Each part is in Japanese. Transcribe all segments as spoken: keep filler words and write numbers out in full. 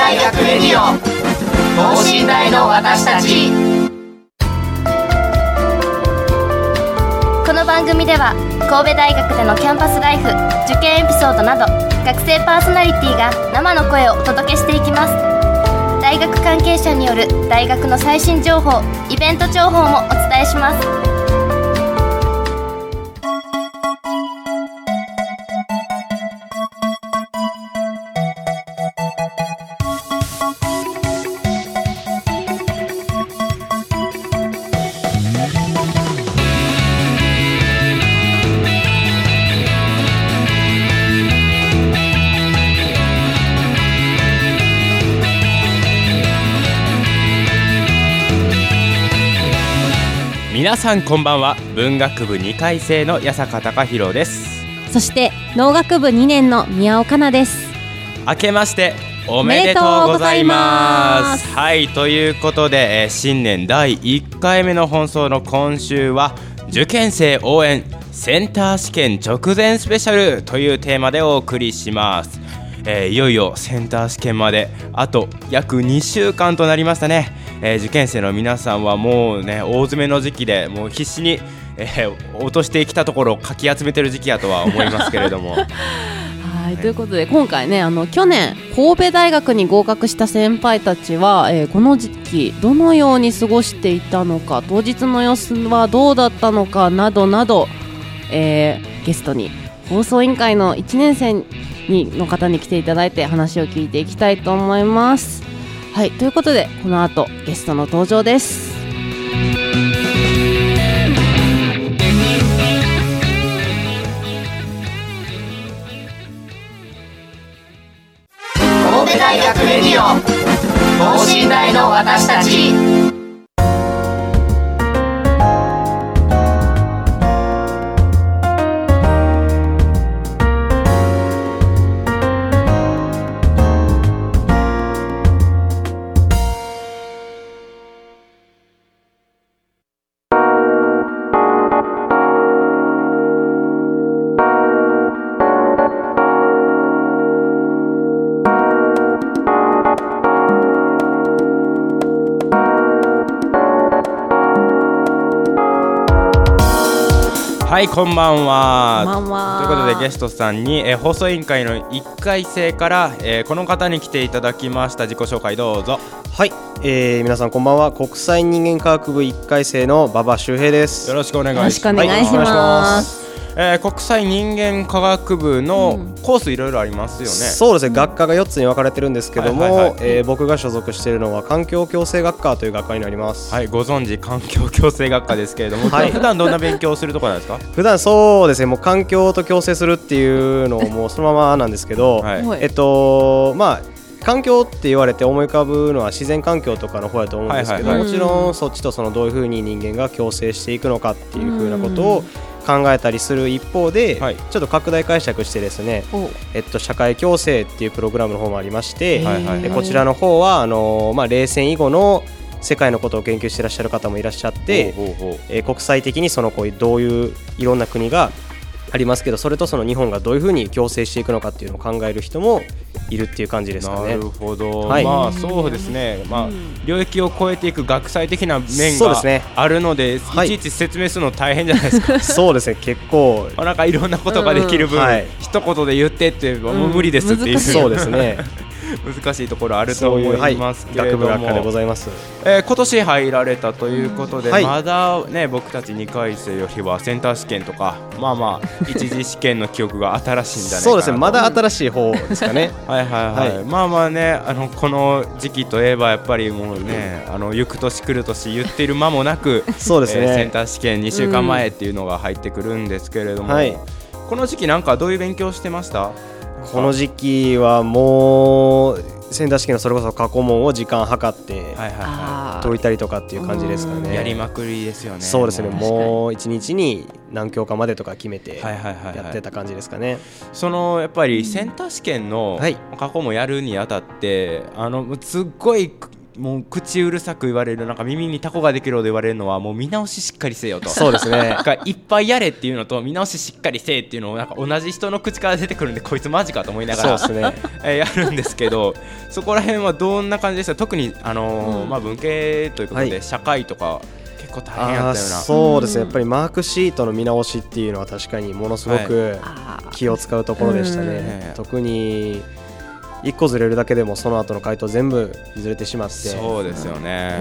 大学レディオ等身大の私たち。 この番組では神戸大学でのキャンパスライフ、受験エピソードなど学生パーソナリティが生の声をお届けしていきます。大学関係者による大学の最新情報、イベント情報もお伝えします。 皆さんこんばんは。文学部にかい生の八坂貴弘です。 そして農学部にねんの宮尾香奈です。 明けましておめでとうございます。はい、ということで、えー、新年だいいっかいめの放送の今週は受験生応援センター試験直前スペシャルというテーマでお送りします。えー、いよいよセンター試験まであと約にしゅうかんとなりましたね。えー、受験生の皆さんはもうね大詰めの時期でもう必死に、えー、落としてきたところをかき集めてる時期やとは思いますけれどもはい、 ということで今回ねあの去年神戸大学に合格した先輩たちは、えー、この時期どのように過ごしていたのか、当日の様子はどうだったのかなどなど、えー、ゲストに放送委員会のいちねん生にの方に来ていただいて話を聞いていきたいと思います。はい、ということでこの後ゲストの登場です。 神戸大学レディオ等身大の私たち。 はい、こんばんは。 こんばんは。 ということでゲストさんに、えー、放送委員会のいっかい生から、えー、この方に来ていただきました。自己紹介どうぞ。 はい、えー、皆さんこんばんは。国際人間科学部いっかい生の馬場周平です。 よろしくお願いします。 よろしくお願いします。 えー、国際人間科学部のコースいろいろありますよね。 そうですね、学科がよっつに分かれてるんですけども、 はいはいはい、 えー、僕が所属しているのは環境共生学科という学科になります。 はい、ご存知環境共生学科ですけれども、はい、普段どんな勉強をするところなんですか？ 普段そうですね、もう環境と共生するっていうのをもうそのままなんですけど、はい、えっとまあ環境って言われて思い浮かぶのは自然環境とかの方やと思うんですけど、はいはいはい、もちろんそっちとそのどういうふうに人間が共生していくのかっていうふうなことを考えたりする一方で、はい、ちょっと拡大解釈してですね、えっと、社会共生っていうプログラムの方もありまして、でこちらの方はあの、まあ、冷戦以後の世界のことを研究していらっしゃる方もいらっしゃって、ほうほうほう、えー、国際的にそのこうどういういろんな国がありますけど、それとその日本がどういうふうに共生していくのかっていうのを考える人もいるっていう感じですかね。 なるほど、 はい、 まあそうですね、まあ、領域を超えていく学際的な面があるので、いちいち説明するの大変じゃないですか。 そうですね、結構なんかいろんなことができる分、うん、はい、一言で言ってってもう無理ですっていう、うん、 そうですね難しいところあると思いますけれども、 はい、学部学科でございます。 えー、今年入られたということで、 はい、 まだね僕たちにかい生よりはセンター試験とかまあまあ一次試験の記憶が新しいんじゃないかなと。 そうですね、まだ新しい方ですかね。 はいはいはい、はい、まあまあね、あのこの時期といえばやっぱりもうね、あの行く年来る年言っている間もなくそうですね、えー、センター試験にしゅうかんまえっていうのが入ってくるんですけれども、はい、この時期なんかどういう勉強してました？ この時期はもうセンター試験のそれこそ過去問を時間計って解いたりとかっていう感じですかね。 やりまくりですよね。 そうですね、もういちにちに何教科までとか決めてやってた感じですかね。 そのやっぱりセンター試験の過去問やるにあたって、あのすっごいもう口うるさく言われる、なんか耳にタコができるほど言われるのはもう見直ししっかりせよと。 そうですね。 なんかいっぱいやれっていうのと見直ししっかりせえっていうのをなんか同じ人の口から出てくるんで、こいつマジかと思いながらそうですねえやるんですけど、そこら辺はどんな感じでした？特にあのーうんまあ、文系ということで、はい、社会とか結構大変やったような。 そうですね、やっぱりマークシートの見直しっていうのは確かにものすごく気を使うところでしたね、はい、特にいっこずれるだけでもその後の回答全部ずれてしまって、 そうですよね、 うん、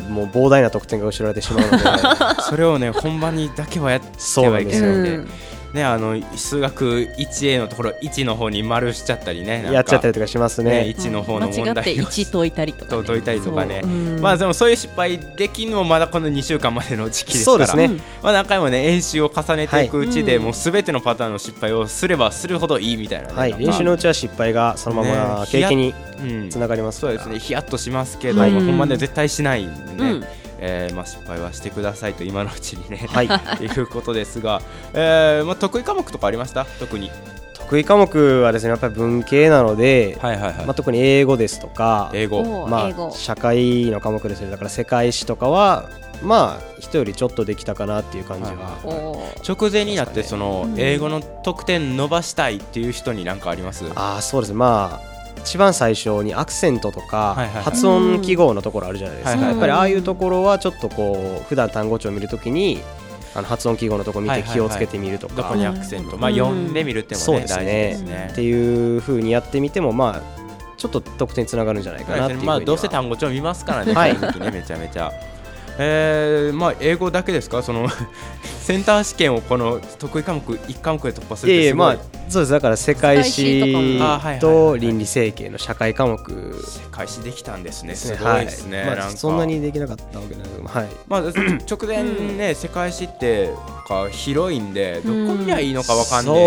もう膨大な得点が失われてしまうのでそれをね本番にだけはやってはいけないので、ね、あの数学 いちエー のところいちの方に丸しちゃったりね、なんかやっちゃったりとかしますね、 ねいちの方の問題を間違っていち解いたりとか、ね、 解いたりとかね、まあでもそういう失敗できるのもまだこのにしゅうかんまでの時期ですから、 そうですね、 まあ、何回もね演習を重ねていくうちで、はい、もうすべてのパターンの失敗をすればするほどいいみたいな、ね、 はい、練習のうちは失敗がそのまま経験につながりますから、 うん、そうですね、ヒヤッとしますけど、はい、まあ、本番で絶対しないんでね、うん、えーまあ、失敗はしてくださいと今のうちにね、はい、いうことですが、えーまあ、得意科目とかありました？特に得意科目はですね、やっぱり文系なので、 はいはいはい、 まあ、特に英語ですとか、 英語、 まあ、社会の科目ですね、だから世界史とかはまあ人よりちょっとできたかなっていう感じは、 はい、直前になってその英語の得点伸ばしたいっていう人に何かあります？うん、 あそうですね、まあ一番最初にアクセントとか発音記号のところあるじゃないですか、やっぱりああいうところはちょっとこう普段単語帳を見るときにあの発音記号のところ見て気をつけてみるとか、 どこにアクセント、まあ、読んでみるっていうのも、ね、大事ですねっていう風にやってみても、まあちょっと得点につながるんじゃないかなっていうふうには、 まあ、どうせ単語帳見ますからね、はい、ね、めちゃめちゃえーまあ、英語だけですか？そのセンター試験をこの得意科目いち科目で突破するってすごい。いやいや、まあ、 そうです。だから世界史と倫理整形の社会科目、 世界史できたんですね。すごいですね、はい、まあ、 なんかそんなにできなかったわけだけど、はい、 まあ、直前ね、うん、世界史ってか広いんでどこ見りゃいいのか分かんねえっていう、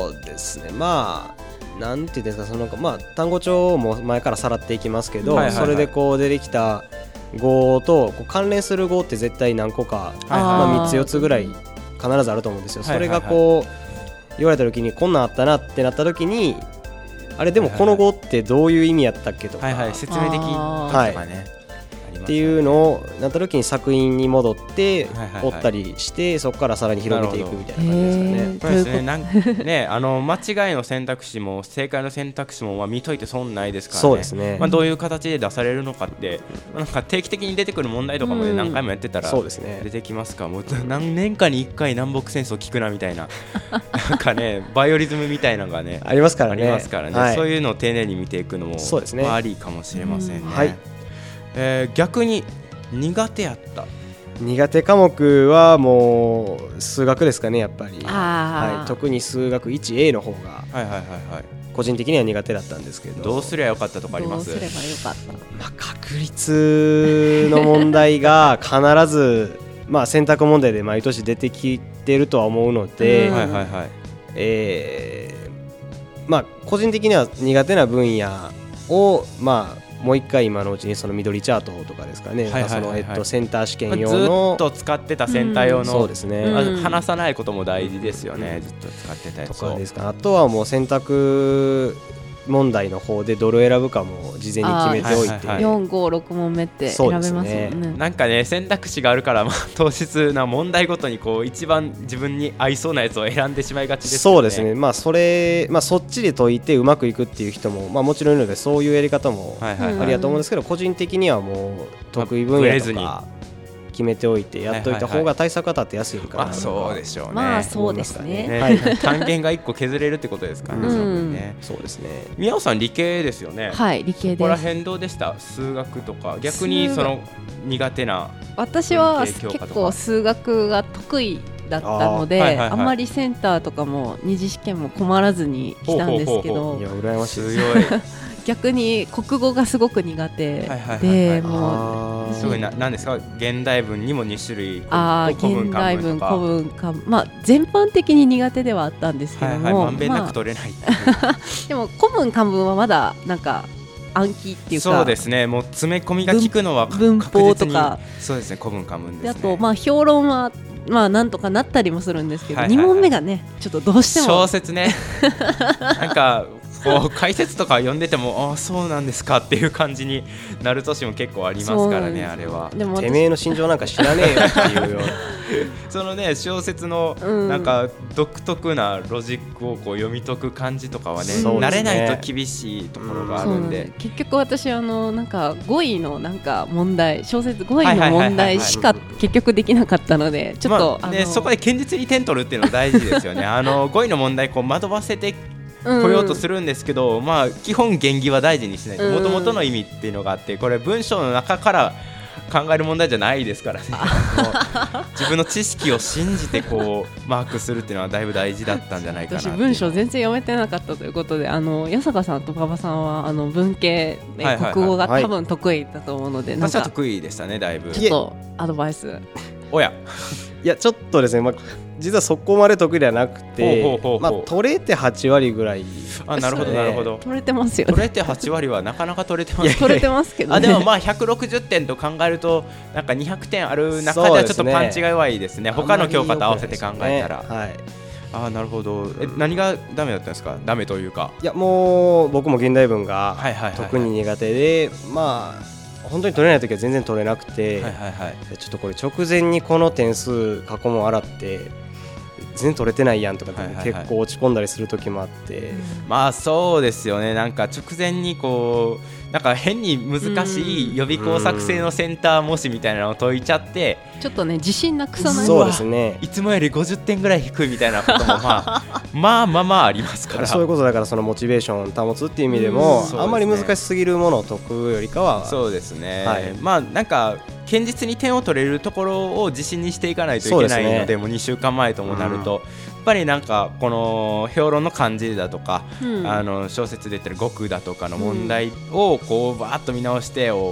そうですね、まあなんていうんですか、そのまあ単語帳も前からさらっていきますけど、はいはいはい、それでこう出てきた語とこう関連する語って絶対何個か、まあ、みっつよっつぐらい必ずあると思うんですよ。それがこう言われた時にこんなんあったなってなった時に、あれでもこの語ってどういう意味やったっけとか、 はいはい、説明的とかね、はい、 っていうのをなった時に作品に戻って折ったりして、そこからさらに広げていくみたいな感じですかね。 そうですね、なんね、あの間違いの選択肢も正解の選択肢もまあ見といて損ないですからね。 そうですね、 まあ、どういう形で出されるのかってなんか定期的に出てくる問題とかも、ね、何回もやってたら出てきますから、もう何年かにいっかい南北戦争聞くなみたいななんかねバイオリズムみたいなのがねありますからね、 ありますからね、はい、そういうのを丁寧に見ていくのもそうですね、 まあ、ありかもしれませんね。 はい、 えー、逆に苦手やった苦手科目はもう数学ですかね、やっぱり、はい、特に数学 いちエー の方が個人的には苦手だったんですけど、 どうすればよかったとかあります？ どうすればよかった、 まあ、確率の問題が必ずまあ選択問題で毎年出てきてるとは思うので、 はいはいはい、 えー、まあ個人的には苦手な分野をまあもう一回今のうちにその緑チャートとかですかね、センター試験用の、 まあ、ずっと使ってたセンター用の、うん、 そうですね、 話さないことも大事ですよね、うん、ずっと使ってたやつとかですか。あとはもう選択問題の方でどれを選ぶかも事前に決めておいて、はいはいはい、 よん、ご、ろく問目って選べますもんね。 なんかね選択肢があるから、まあ、当日な問題ごとにこう一番自分に合いそうなやつを選んでしまいがちですよね。 そうですね、まあそれ、まあ、そっちで解いてうまくいくっていう人も、まあ、もちろんいるのでそういうやり方もありだと思うんですけど、はいはいはい、個人的にはもう得意分野とか決めておいてやっといた方が対策が立てやすいかな、 まあ、そうでしょうね。 まあそうですね、 はい、単元がいっこ削れるってことですからね、うん、ね。 そうですね。 宮尾さん理系ですよね。 はい、理系です。 そこら辺どうでした？数学とか逆にその苦手な。 私は結構数学が得意だったので あ,、はいはいはい、あんまりセンターとかも二次試験も困らずに来たんですけど、ほうほうほうほう、 いや羨ましい強い逆に国語がすごく苦手で、はいはいはいはい、 もうすごいな、なんですか、現代文にもに種類、 あ現代文、古文、漢文、まあ全般的に苦手ではあったんですけども、はいはい、 まんべんなく取れない、 まあ、でも古文漢文はまだなんか暗記っていうか、 そうですね、もう詰め込みが効くのは文法とか、 そうですね、古文漢文ですね。 であとまあ評論はまあなんとかなったりもするんですけど、はいはいはい、に問目がねちょっとどうしても小説ねなんかこう解説とか読んでてもあそうなんですかっていう感じになる年も結構ありますからね。あれはでもてめえの心情なんか知らねえよっていうようなそのね小説のなんか独特なロジックをこう読み解く感じとかはね、うん、慣れないと厳しいところがあるんで、うん、 結局私あのなんかごいのなんか問題小説ごいの問題しか結局できなかったのでちょっと、 まあね、あのそこで堅実に点取るっていうの大事ですよねあのごいの問題こう惑わせて来ようとするんですけど、うん、まあ基本原義は大事にしないともともとの意味っていうのがあってこれ文章の中から考える問題じゃないですからね自分の知識を信じてこうマークするっていうのはだいぶ大事だったんじゃないかな。 私文章全然読めてなかったということであの八坂さんと馬場さんはあの文系、ねはいはいはい、国語が多分得意だと思うので、はい、 なんか私は得意でしたねだいぶ。 ちょっとアドバイスおやいやちょっとですね、まあ、実はそこまで得意ではなくてほうほうほうほう、まあ、取れてはち割ぐらい、ね、 あなるほどなるほど取れてますよね。 取れてはち割はなかなか取れてますね取れてますけど、ね、 あでもまあひゃくろくじゅってんと考えるとなんかにひゃくてんある中ではちょっとパンチが弱いですね。他の教科と合わせて考えたら、ねはい、あなるほど。え何がダメだったんですか。ダメというかいやもう僕も現代文が特に苦手で、まあ本当に取れないときは全然取れなくて、はいはいはい、ちょっとこれ直前にこの点数過去問洗って全然取れてないやんとかって、ねはいはいはい、結構落ち込んだりするときもあって、うん、 まあそうですよね。なんか直前にこうなんか変に難しい予備校作成のセンター模試みたいなのを解いちゃってちょっとね自信なくさない。 そうですね。 いつもよりごじゅってんぐらい低いみたいなこともまあまあまあまあありますからそういうことだからそのモチベーションを保つっていう意味でも、うん、あんまり難しすぎるものを解くよりかはそうですね、はい、まあなんか堅実に点を取れるところを自信にしていかないといけないの で, で、ね、もうにしゅうかんまえともなると、うん、やっぱりなんかこの評論の漢字だとか、うん、あの小説で言ってる語句だとかの問題をこうバーッと見直して、うん、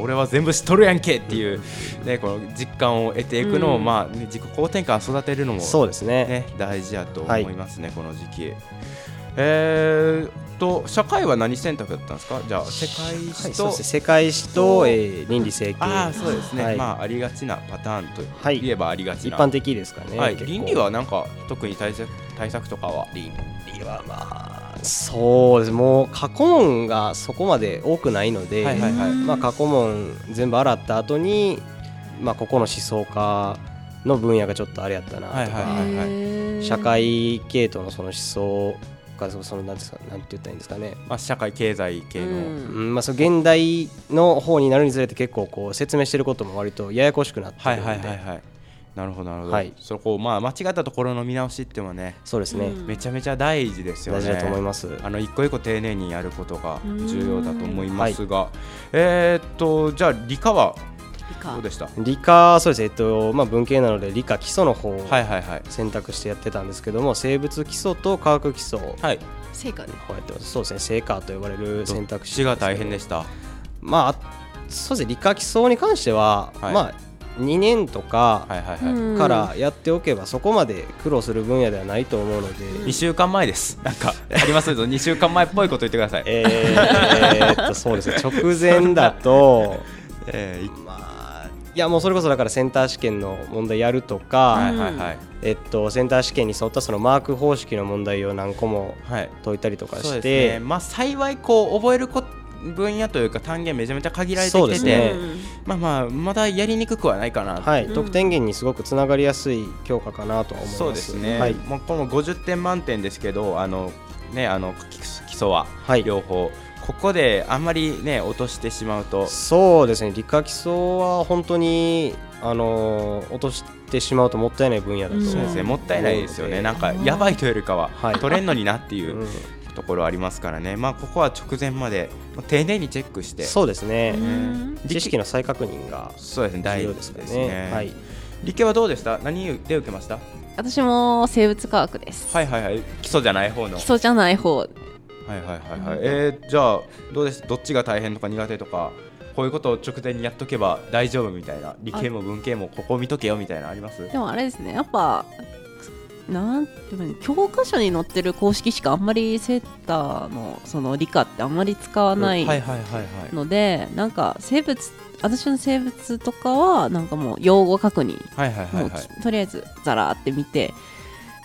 俺は全部知っとるやんけっていう、ね、この実感を得ていくのを、うんまあね、自己肯定感を育てるのも、ねそうですね、 大事だと思いますね、はい、この時期。えーと社会は何選択だったんですか。じゃあ世界史と、はい、 世界史と、えー、倫理整形。 あそうですね、はい、まあありがちなパターンといえばありがちな、 はい、一般的ですかね、 はい、倫理はなんか特に対策、対策とかは。 倫理はまあそうですもう過去問がそこまで多くないので、はいはいはいまあ、過去問全部洗った後に、まあ、ここの思想家の分野がちょっとあれやったなとか、はいはいはいはい、社会系統のその思想そのなんですかなんて言ったらいいんですかね、 まあ、社会経済系の、 うんまあ、その現代の方になるにつれて結構こう説明してることも割とややこしくなってるので、はいはいはいはい、 なるほどなるほど、はい、そこまあ間違ったところの見直しっていうのはねそうですねめちゃめちゃ大事ですよね。 大事だと思います。 あの一個一個丁寧にやることが重要だと思いますが、はい、えー、っとじゃあ理科はどうでした。 理科そうです、えっとまあ、文系なので理科基礎の方を選択してやってたんですけども、生物基礎と科学基礎をやってます。そうですね、生科と呼ばれる選択肢が大変でした。 まあそうですね、理科基礎に関しては、はい、まあにねんとかからやっておけばそこまで苦労する分野ではないと思うので、 にしゅうかんまえです。なんかありますけどにしゅうかんまえっぽいこと言ってください。 えーっとそうですね、直前だと、えーまあいやもうそれこそだからセンター試験の問題やるとか、はいはいはいえっと、センター試験に沿ったそのマーク方式の問題を何個も解いたりとかして、はいそうですねまあ、幸いこう覚えるこ分野というか単元めちゃめちゃ限られてきてて、ねまあ、まあまだやりにくくはないかな、 はい、得点源にすごくつながりやすい教科かなとは思います。 そうですね、はいまあ、このごじゅってん満点ですけどあの、ね、あの基礎は両方、はいここであんまりね落としてしまうとそうですね理科基礎は本当にあのー、落としてしまうともったいない分野だと、うん、 そうですねもったいないですよね。なんかやばいというよりかは、はい、取れんのになっていう、うん、ところありますからね。まあここは直前まで丁寧にチェックしてそうですね、ね知識の再確認がそうですね大事ですね。 ですねはい、 理系はどうでした。何で受けました。 私も生物科学です。 はいはいはい基礎じゃない方の基礎じゃない方はいはいはいはい、えー、じゃあどうですどっちが大変とか苦手とかこういうことを直前にやっとけば大丈夫みたいな理系も文系もここ見とけよみたいなあります。 でもあれですねやっぱなんていうの教科書に載ってる公式しかあんまりセーターのその理科ってあんまり使わないのでなんか生物私の生物とかはなんかもう用語確認、はいはいはいはい、もうとりあえずザラーって見て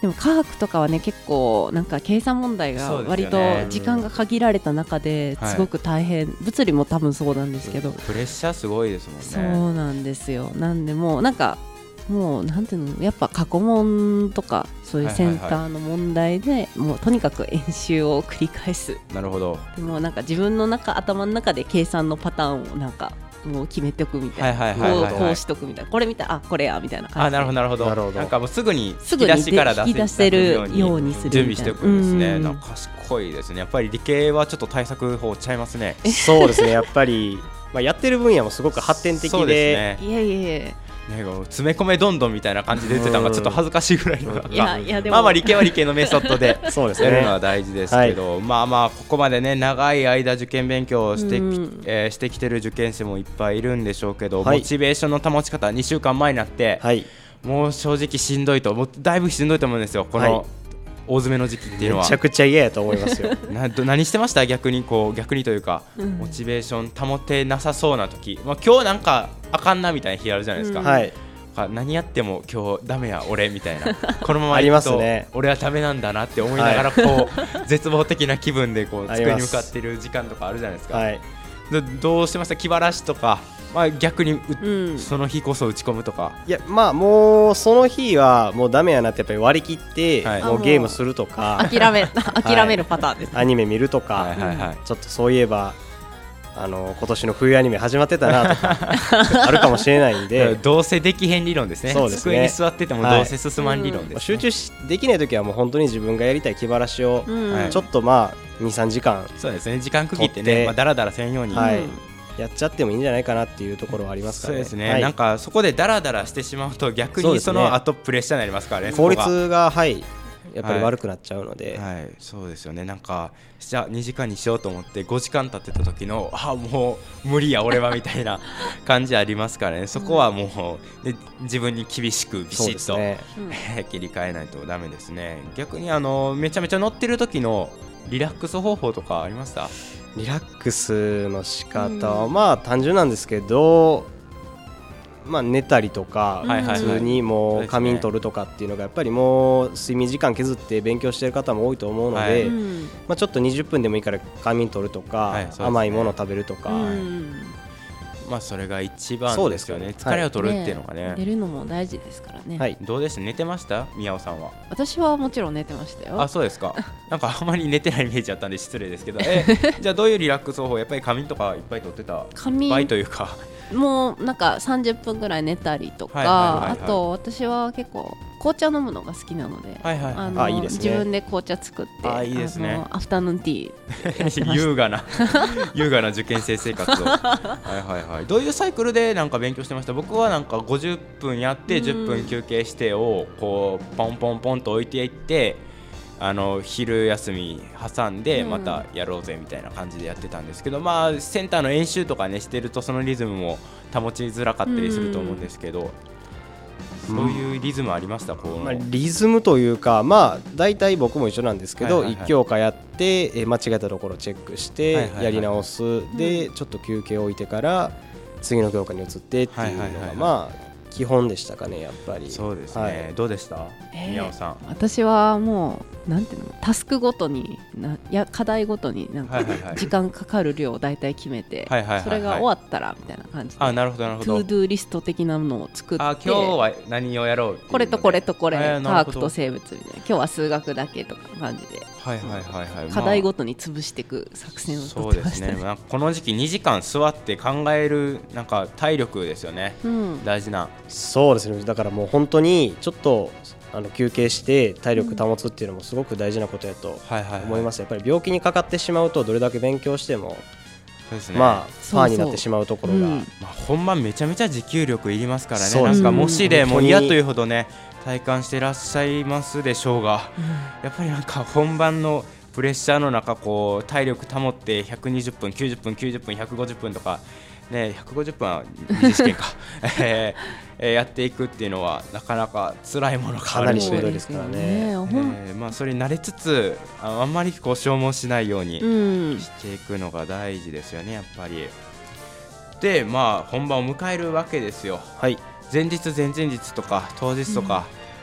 でも科学とかはね結構なんか計算問題が割と時間が限られた中ですごく大変、はい、物理も多分そうなんですけど、 プレッシャーすごいですもんね。 そうなんですよ。なんでもうなんかもうなんていうのやっぱ過去問とかそういうセンターの問題で、はいはいはい、もうとにかく演習を繰り返す。 なるほど。 でもなんか自分の中頭の中で計算のパターンをなんかもう決めておくみたいな、こうしとくみたいな、これ見たらあこれやみたいな感じで。 あなるほどなるほど。なるほど。なんかもうすぐに引き出しから引き出せるようにする準備しておくんですね。なんか賢いですね。やっぱり理系はちょっと対策法ちゃいますね。 そうですね。やっぱりまあやってる分野もすごく発展的で。 そうですね。 いやいやいや。 ね、詰め込めどんどんみたいな感じで言ってたのがちょっと恥ずかしいぐらいのいやいやでもまあまあ理系は理系のメソッドでやるのは大事ですけど、はい、まあまあここまでね長い間受験勉強をしてき、えー、してきてる受験生もいっぱいいるんでしょうけど、はい、モチベーションの保ち方にしゅうかんまえになって、はい、もう正直しんどいともうだいぶしんどいと思うんですよこの、はい大詰めの時期っていうのはめちゃくちゃ嫌やと思いますよな何してました逆にこう逆にというか、うん、モチベーション保てなさそうな時、まあ、今日なんかあかんなみたいな日あるじゃないですか、うんはい何やっても今日ダメや俺みたいなこのままいくと俺はダメなんだなって思いながらこう、はい、絶望的な気分でこう机に向かっている時間とかあるじゃないですか、はい、どうしてました気晴らしとか、まあ、逆に、うん、その日こそ打ち込むとかいやまあもうその日はもうダメやなってやっぱり割り切って、はい、もうゲームするとか諦め諦めるパターンです、ねはい、アニメ見るとか、はいはいはい、ちょっとそういえばあの今年の冬アニメ始まってたなとかあるかもしれないんでどうせできへん理論ですね。 そうですね。 机に座っててもどうせ進まん理論です、ねはい、集中しできないときはもう本当に自分がやりたい気晴らしをちょっとまあ にさんじかんそうですね時間区切ってねまあ、だらだらせんように、 はい、やっちゃってもいいんじゃないかなっていうところはありますからね。 そうですね、はい、なんかそこでだらだらしてしまうと逆にその後プレッシャーになりますからね。 効率がはいやっぱり悪くなっちゃうので、 はい、はい、そうですよね。なんかじゃあにじかんにしようと思ってごじかん経ってた時のあもう無理や俺はみたいな感じありますからね。そこはもう、ね、自分に厳しくビシッと、ね切り替えないとダメですね。逆にあのめちゃめちゃ乗ってる時のリラックス方法とかありました？ リラックスの仕方はまあ単純なんですけど、まあ、寝たりとか普通にもう仮眠取るとかっていうのがやっぱりもう睡眠時間削って勉強してる方も多いと思うので、まあ、ちょっとにじゅっぷんでもいいから仮眠取るとか甘いもの食べるとか、 まあそれが一番ですよね。疲れを取るっていうのがね寝るのも大事ですからね。 はい、どうでした寝てました宮尾さんは？ 私はもちろん寝てましたよ。 あそうですかなんかあんまり寝てないイメージあったんで失礼ですけどえじゃあどういうリラックス方法やっぱり仮眠とかいっぱい取ってた場合というかもうなんかさんじゅっぷんぐらい寝たりとか、はいはいはいはい、あと私は結構紅茶飲むのが好きなので、はいはい、あのあいいですね、自分で紅茶作ってあいいですね、アフタヌーンティー優雅な優雅な受験生生活をはいはい、はい、どういうサイクルでなんか勉強してました？僕はなんかごじゅっぷんやってじゅっぷん休憩してをこうポンポンポンと置いていってあの昼休み挟んでまたやろうぜみたいな感じでやってたんですけど、うん、まあセンターの演習とかねしてるとそのリズムも保ちづらかったりすると思うんですけど、うん、そういうリズムありました？こう、 まあ、リズムというかまあ大体僕も一緒なんですけど、はいはいはい、いち教科やってえ間違えたところチェックしてやり直す、はいはいはい、でちょっと休憩を置いてから次の教科に移ってっていうのが、はいはいはいはい、まあ基本でしたかねやっぱり。 そうですね、はい、どうでした、えー、宮尾さん？ 私はもうなんていうのタスクごとにないや課題ごとになんか時間かかる量を大体決めて、はいはいはいはい、それが終わったらみたいな感じで、 あなるほどなるほど、 トゥードゥーリスト的なものを作って、 あ今日は何をやろうっていうので、 これとこれとこれ、科学と生物みたいな、今日は数学だけとか感じで、 はいはいはいはい、 課題ごとに潰していく作戦を取ってましたね。 そうですね、まあ、この時期にじかん座って考えるなんか体力ですよね、うん、大事な。 そうですね、だからもう本当にちょっとあの休憩して体力保つっていうのもすごく大事なことやと思います。やっぱり病気にかかってしまうとどれだけ勉強してもそうですね、まあファーになってしまうところが、うんまあ、本番めちゃめちゃ持久力いりますからね。なんかもしでも嫌というほどね体感してらっしゃいますでしょうが、うん、やっぱりなんか本番のプレッシャーの中こう体力保ってひゃくにじゅっぷんきゅうじゅっぷんきゅうじゅっぷんひゃくごじゅっぷんとかね、ひゃくごじゅっぷんは二次試験か、えー、やっていくっていうのはなかなか辛いものがあるので、かなりしんどいですからね、えーまあ、それに慣れつつ あ, あんまりこう消耗しないようにしていくのが大事ですよねやっぱり。でまあ本番を迎えるわけですよ、はい、前日前々日とか当日とか、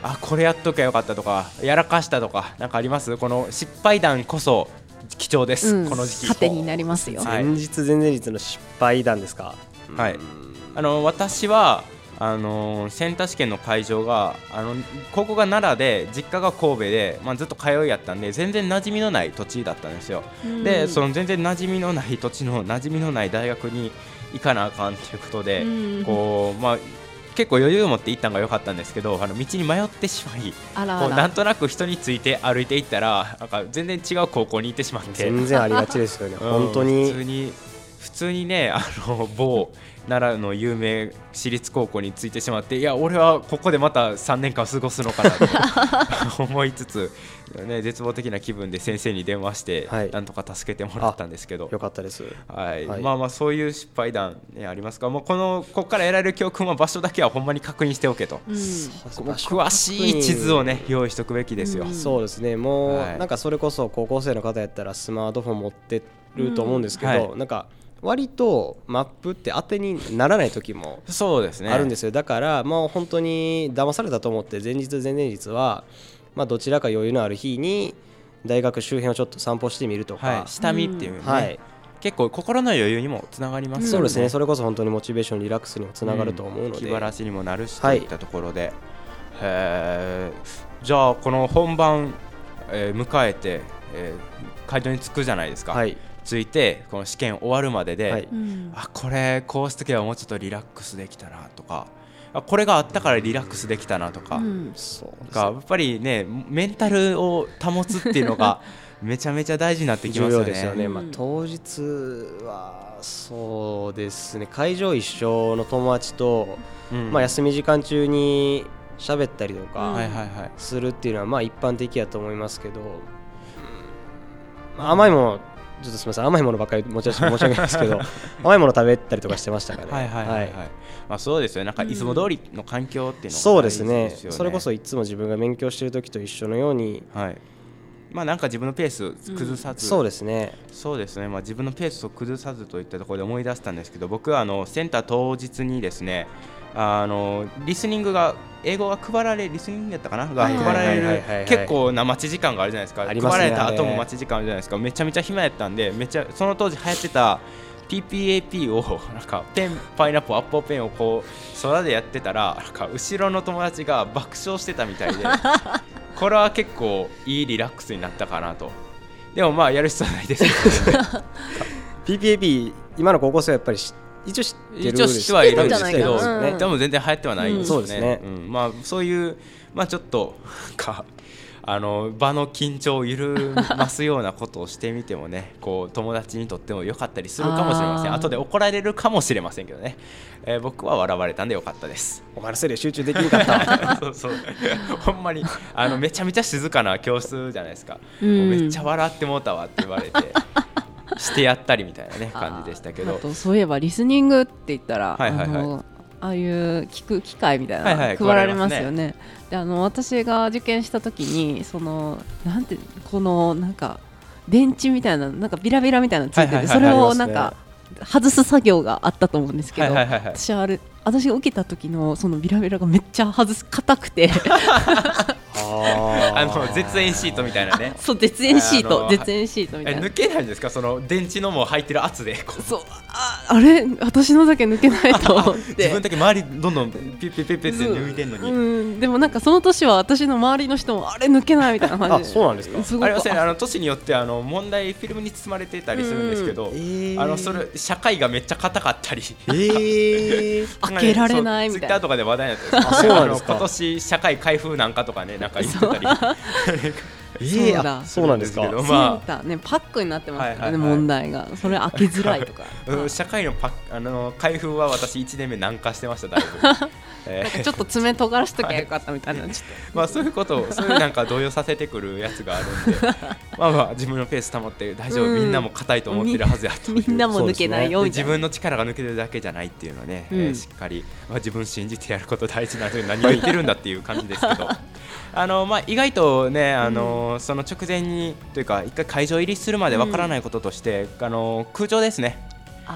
あこれやっときゃよかったとかやらかしたとかなんかあります？この失敗談こそ貴重です、うん、この時期糧になりますよ。 前日前々日の失敗談ですか？ はい、あの私はあのセンター試験の会場があの高校が奈良で実家が神戸で、まあ、ずっと通いやったんで全然馴染みのない土地だったんですよ。でその全然馴染みのない土地の馴染みのない大学に行かなあかんということでこう、まあ、結構余裕を持って行ったのが良かったんですけどあの道に迷ってしまいあらあらこうなんとなく人について歩いていったらなんか全然違う高校に行ってしまって全然ありがちですよね本当に普通に普通にねあの某奈良の有名私立高校についてしまっていや俺はここでまたさんねんかん過ごすのかなと思いつつ、ね、絶望的な気分で先生に電話して、はい、なんとか助けてもらったんですけどよかったです、 はいはい、まあまあそういう失敗談、ね、ありますか？もうこのここから得られる教訓は場所だけはほんまに確認しておけと、うん、詳しい地図をね用意しておくべきですよ、うん、 そうですねもう、はい、なんかそれこそ高校生の方やったらスマートフォン持ってると思うんですけど、うんはい、なんか割とマップって当てにならない時もあるんですよ。だからもう本当に騙されたと思って前日前々日はまあどちらか余裕のある日に大学周辺をちょっと散歩してみるとか、 はい、下見っていうね、うんはい、結構心の余裕にもつながりますよね、うん、 そうですねそれこそ本当にモチベーションリラックスにもつながると思うので、うん、 気晴らしにもなるしといったところで、はい、へじゃあこの本番、えー、迎えて、えー、会場に着くじゃないですか、はいついてこの試験終わるまでで、はい、あこれこうしとけばもうちょっとリラックスできたなとかあこれがあったからリラックスできたなとか、うん、そうかやっぱりねメンタルを保つっていうのがめちゃめちゃ大事になってきますよね。重要ですよね、 まあ、当日はそうですね会場一緒の友達と、うんまあ、休み時間中に喋ったりとかするっていうのはまあ一般的やと思いますけど、うんまあ、甘いものちょっとすみません甘いものばっかり持ち出して申し訳ないですけど甘いもの食べたりとかしてましたからね。はいはいはい、はいまあ、そうですよねなんかいつも通りの環境っていうのが、ねうん、 そうですねそれこそいつも自分が勉強している時と一緒のように、 はいまあ、なんか自分のペース崩さず、 うん、そうですねそうですね、まあ、自分のペースを崩さずといったところで思い出したんですけど僕はあのセンター当日にですねあのリスニングが英語が配られリスニングやったかなが配られる結構な待ち時間があるじゃないですか。配られた後も待ち時間あるじゃないですか。めちゃめちゃ暇やったんでめちゃその当時流行ってた ピーピーエーピー をなんかペンパイナップルアッポーペンをこう空でやってたらなんか後ろの友達が爆笑してたみたいでこれは結構いいリラックスになったかなと。でもまあやる必要はないですけどねピーピーエーピー 今の高校生はやっぱり一応知ってる一応知ってはいるんですけど、ね、でも全然流行ってはないんですね、うん、そうですね、うんまあ、そういう、まあ、ちょっとかあの場の緊張を緩ますようなことをしてみてもねこう友達にとっても良かったりするかもしれません。後で怒られるかもしれませんけどね、えー、僕は笑われたんで良かったです。 お前のせいで集中できなかったそうそうほんまにあのめちゃめちゃ静かな教室じゃないですか、うん、めっちゃ笑ってもうたわって言われてしてやったりみたいなね感じでしたけど、 あとそういえばリスニングって言ったら、はいはいはい、あのああいう聞く機会みたいなの配られますよね、はいはいね、であの私が受験した時にそのなんてこのなんか電池みたいななんかビラビラみたいなのついてて、はいはいはい、それをなんか外す作業があったと思うんですけど、はいはいはいはい、私あれ私が受けた時のそのビラビラがめっちゃ外す硬くてああの絶縁シートみたいなねそう絶縁シート絶縁シートみたいな抜けないんですかその電池のも入ってる圧でこうそう あ, あれ私のだけ抜けないと思って自分だけ周りどんどんピッピッピッピッって抜いてんのに、 うん、でもなんかその年は私の周りの人もあれ抜けないみたいな感じであそうなんですかすごくありません、ね、あの年によってあの問題フィルムに包まれてたりするんですけど、うんえー、あのそれ社会がめっちゃ硬かったり、えー、開けられないみたいなツイッターとかで話題になってますあの今年社会開封なんかとかねなんか言ってたりえー、そうだそうなんですか、 まあ、センターねパックになってますからね、はいはいはい、問題がそれ開けづらいとか社会のパあの開封は私いちねんめ軟化してましただいぶえー、なんかちょっと爪尖らしときゃよかったみたいな、はい、ちょっとまあそういうことをそういうなんか動揺させてくるやつがあるんでまあまあ自分のペース保って大丈夫、うん、みんなも硬いと思ってるはずやとみんなも抜けないよみたいな、 自分の力が抜けてるだけじゃないっていうのをね、うんえー、しっかり、まあ、自分信じてやること大事なのに何を言ってるんだっていう感じですけどあの、まあ、意外とねあの、うん、その直前にというか一回会場入りするまでわからないこととして、うん、あの空調ですね。 あ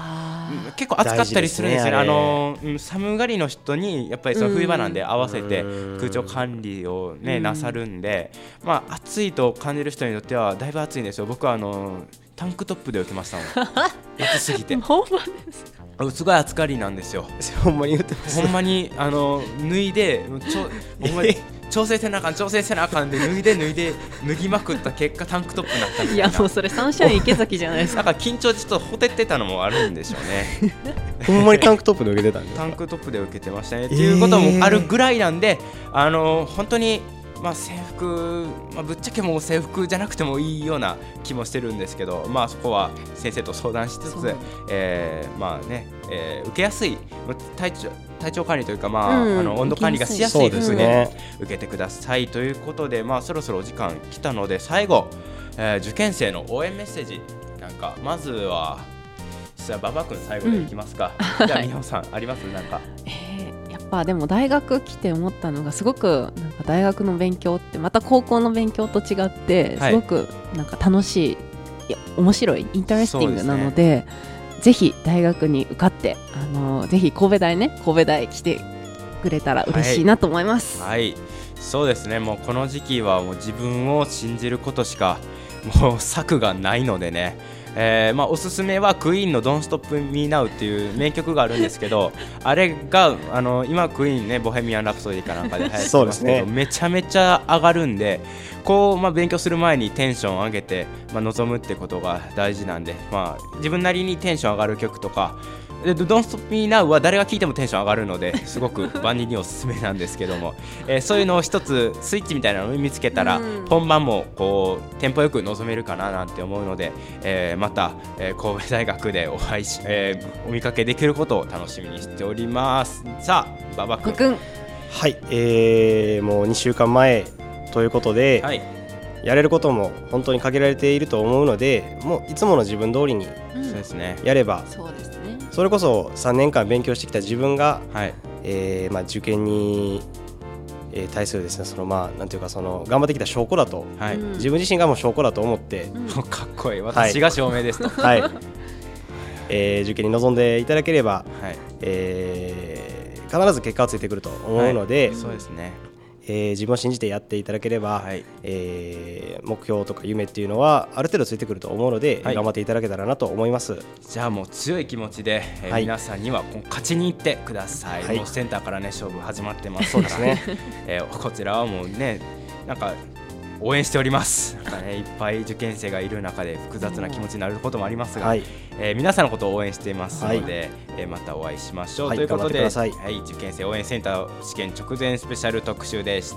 結構暑かったりするんですよね。あの寒がりの人にやっぱりその冬場なんで合わせて空調管理をねなさるんで、まあ暑いと感じる人にとってはだいぶ暑いんですよ。僕はあのタンクトップで受けましたもん暑すぎて。 ほんまですすごい暑がりなんですよ。 ほんまに言ってます。 ほんまにあの脱いでちょほんまに調整せなあかん調整せなあかんで脱いで脱いで脱ぎまくった結果タンクトップになったみたいな。 いやもうそれサンシャイン池崎じゃないですか。 なんか緊張ちょっとほてってたのもあるんでしょうねほんまにタンクトップで受けてたんですか？ タンクトップで受けてましたね、えー、っていうこともあるぐらいなんで、あの本当にまあ制服、まあ、ぶっちゃけもう制服じゃなくてもいいような気もしてるんですけど、まあそこは先生と相談しつつ、えー、まあね、えー、受けやすい体調体調管理というか、まあ、うん、あの温度管理がしやすい服に、ね、受けてくださいということで、まあ、そろそろお時間来たので最後、えー、受験生の応援メッセージなんかまずはじゃあ馬場君最後でいきますか、うん、じゃあ美穂さんありますなんか、 えー、やっぱでも大学来て思ったのがすごくなんか大学の勉強ってまた高校の勉強と違ってすごくなんか楽しい、はい、いや面白いインタレスティングなのでぜひ大学に受かってあのぜひ神戸大ね神戸大来てくれたら嬉しいなと思います。 はい、はい、そうですね。もうこの時期はもう自分を信じることしかもう策がないのでね、えーまあ、おすすめはクイーンの Don't Stop Me Now っていう名曲があるんですけどあれがあの今クイーンねボヘミアン・ラプソディかなんかで流行ってますけど、ね、めちゃめちゃ上がるんでこう、まあ、勉強する前にテンション上げて、まあ、臨むってことが大事なんで、まあ、自分なりにテンション上がる曲とかで Don't Stop Me Now は誰が聴いてもテンション上がるのですごく万人におすすめなんですけども、えー、そういうのを一つスイッチみたいなのを見つけたら、うん、本番もこうテンポよく臨めるかななんて思うので、えー、また、えー、神戸大学でお会いし、えー、お見かけできることを楽しみにしております。さあ馬場君。 はい、えー、もうにしゅうかんまえということで、はい、やれることも本当に限られていると思うのでもういつもの自分通りにやれば、うん、そうですね。それこそさんねんかん勉強してきた自分が、はいえーまあ、受験に、えー、対するですねそのまあなんていうかその頑張ってきた証拠だと、はい、自分自身がもう証拠だと思って、 うん、かっこいい私が証明ですと、 はいはいえー、受験に臨んでいただければ、はいえー、必ず結果はついてくると思うので、 はい、そうですねえー、自分を信じてやっていただければ、はいえー、目標とか夢っていうのはある程度ついてくると思うので、はい、頑張っていただけたらなと思います。 じゃあもう強い気持ちで、えーはい、皆さんには勝ちに行ってください、はい、もうセンターからね勝負始まってますからね、えー、こちらはもうねなんか応援しております。なんか、ね、いっぱい受験生がいる中で複雑な気持ちになることもありますが、はいえー、皆さんのことを応援していますので、はいえー、またお会いしましょう、はい、ということで、はい、受験生応援センター試験直前スペシャル特集でした。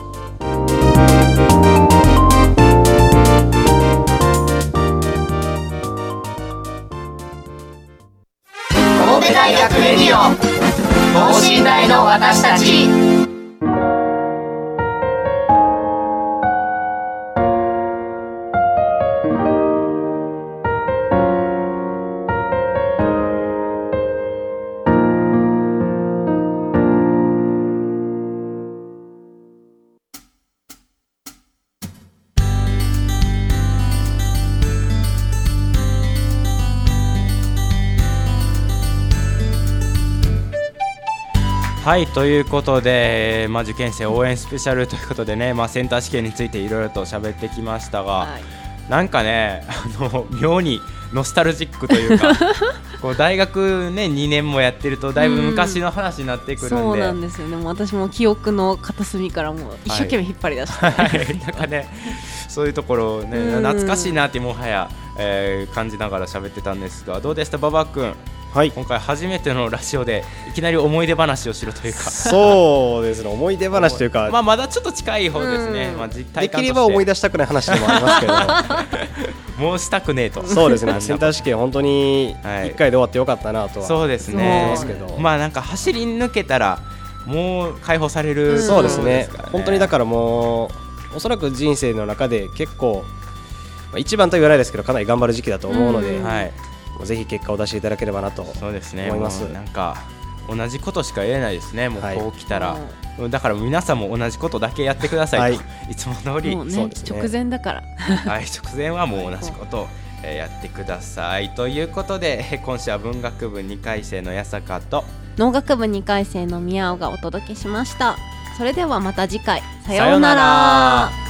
神戸大学レディオ等身大の私たち。 はいということで、まあ、受験生応援スペシャルということでね、まあ、センター試験についていろいろと喋ってきましたが、はい、なんかねあの妙にノスタルジックというかこう大学、ね、にねんもやってるとだいぶ昔の話になってくるんで、うん、 そうなんですよね。もう私も記憶の片隅からもう一生懸命引っ張り出して、 はいはい、なんかねそういうところ、ね、懐かしいなってもはや、えー、感じながら喋ってたんですが、どうでした馬場君。はい、今回初めてのラジオでいきなり思い出話をしろというかそうですね思い出話というかまあまだちょっと近い方ですね、まあ、実体感としてできれば思い出したくない話でもありますけどもうしたくねえとそうですねセンター試験本当にいっかいで終わってよかったなとは、 はい、そうですねまあなんか走り抜けたらもう解放される、 うん、そうですね本当にだからもうおそらく人生の中で結構、まあ、一番とは言わないですけどかなり頑張る時期だと思うので、うんはいぜひ結果を出していただければなと思います。 そうですね、もうなんか同じことしか言えないですね。もうこう来たら、はい、だから皆さんも同じことだけやってくださいと、はい、いつも通りもう、ね、そうですね、直前だからはい直前はもう同じことをえー、やってください。ということで今週は文学部にかい生の八坂と農学部にかい生の宮尾がお届けしました。それではまた次回、さようなら。